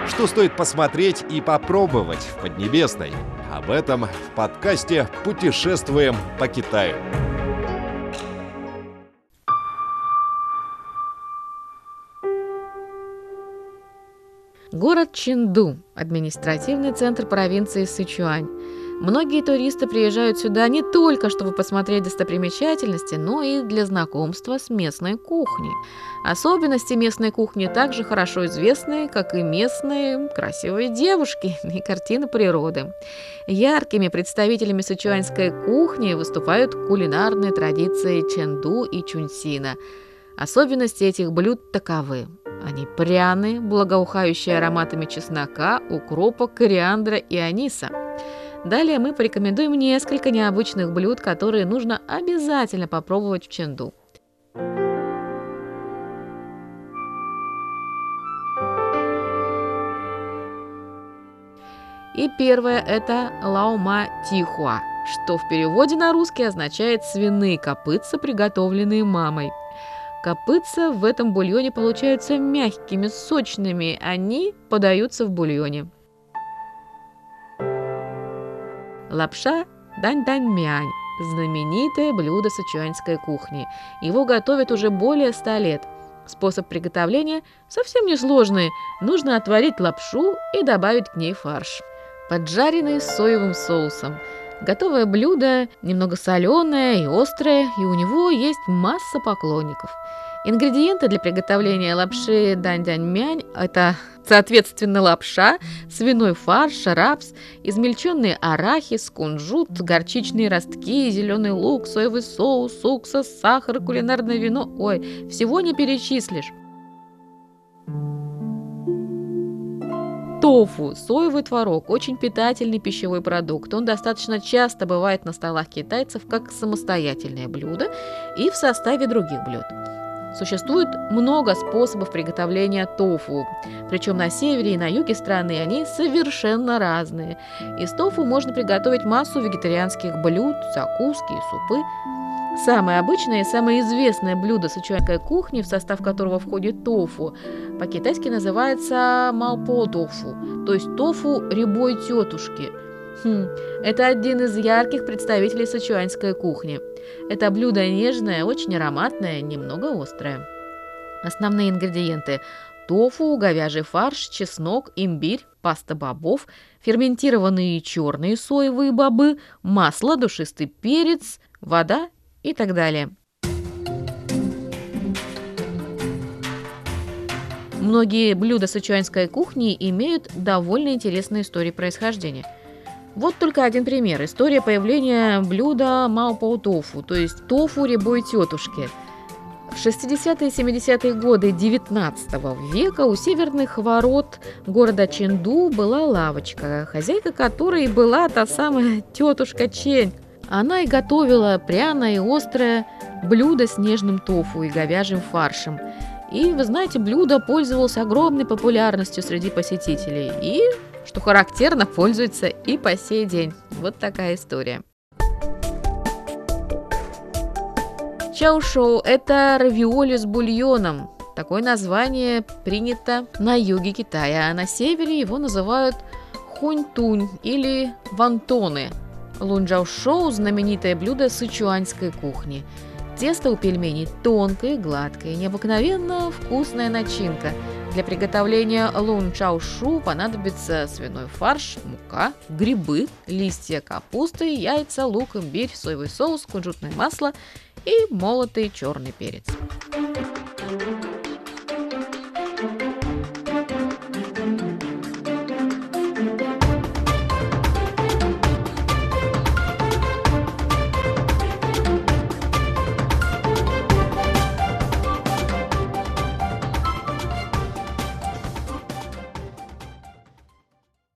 Что стоит посмотреть и попробовать в Поднебесной? Об этом в подкасте «Путешествуем по Китаю». Город Чэнду – административный центр провинции Сычуань. Многие туристы приезжают сюда не только, чтобы посмотреть достопримечательности, но и для знакомства с местной кухней. Особенности местной кухни также хорошо известны, как и местные красивые девушки и картины природы. Яркими представителями сычуаньской кухни выступают кулинарные традиции Чэнду и Чунсина. Особенности этих блюд таковы. Они пряные, благоухающие ароматами чеснока, укропа, кориандра и аниса. Далее мы порекомендуем несколько необычных блюд, которые нужно обязательно попробовать в Чэнду. И первое – это лаома тихуа, что в переводе на русский означает «свиные копытца, приготовленные мамой». Копытца в этом бульоне получаются мягкими, сочными, они подаются в бульоне. Лапша дань-дань-мянь – знаменитое блюдо сычуаньской кухни. Его готовят уже более 100 лет. Способ приготовления совсем несложный. Нужно отварить лапшу и добавить к ней фарш, поджаренный с соевым соусом. Готовое блюдо немного соленое и острое, и у него есть масса поклонников. Ингредиенты для приготовления лапши дань-дань-мянь – это, соответственно, лапша, свиной фарш, рапс, измельченные арахис, кунжут, горчичные ростки, зеленый лук, соевый соус, уксус, сахар, кулинарное вино. Ой, всего не перечислишь. Тофу – соевый творог, очень питательный пищевой продукт. Он достаточно часто бывает на столах китайцев как самостоятельное блюдо и в составе других блюд. Существует много способов приготовления тофу, причем на севере и на юге страны они совершенно разные. Из тофу можно приготовить массу вегетарианских блюд, закуски и супы. Самое обычное и самое известное блюдо сычуаньской кухни, в состав которого входит тофу, по-китайски называется маопо тофу, то есть тофу рябой тетушки. Это один из ярких представителей сычуаньской кухни. Это блюдо нежное, очень ароматное, немного острое. Основные ингредиенты – тофу, говяжий фарш, чеснок, имбирь, паста бобов, ферментированные черные соевые бобы, масло, душистый перец, вода и так далее. Многие блюда сычуаньской кухни имеют довольно интересные истории происхождения. Вот только один пример. История появления блюда маопо тофу, то есть тофу рябой тетушки. В 60-е и 70-е годы 19 века у северных ворот города Чэнду была лавочка, хозяйка которой была та самая тетушка Чэнь. Она и готовила пряное и острое блюдо с нежным тофу и говяжьим фаршем. И, вы знаете, блюдо пользовалось огромной популярностью среди посетителей и, что характерно, пользуется и по сей день. Вот такая история. Чаошоу – это равиоли с бульоном. Такое название принято на юге Китая, а на севере его называют хуньтунь или вантоны. Лунчжаошоу – знаменитое блюдо сычуаньской кухни. Тесто у пельменей тонкое, гладкое, необыкновенно вкусная начинка. Для приготовления лунчжаошу понадобится свиной фарш, мука, грибы, листья капусты, яйца, лук, имбирь, соевый соус, кунжутное масло и молотый черный перец.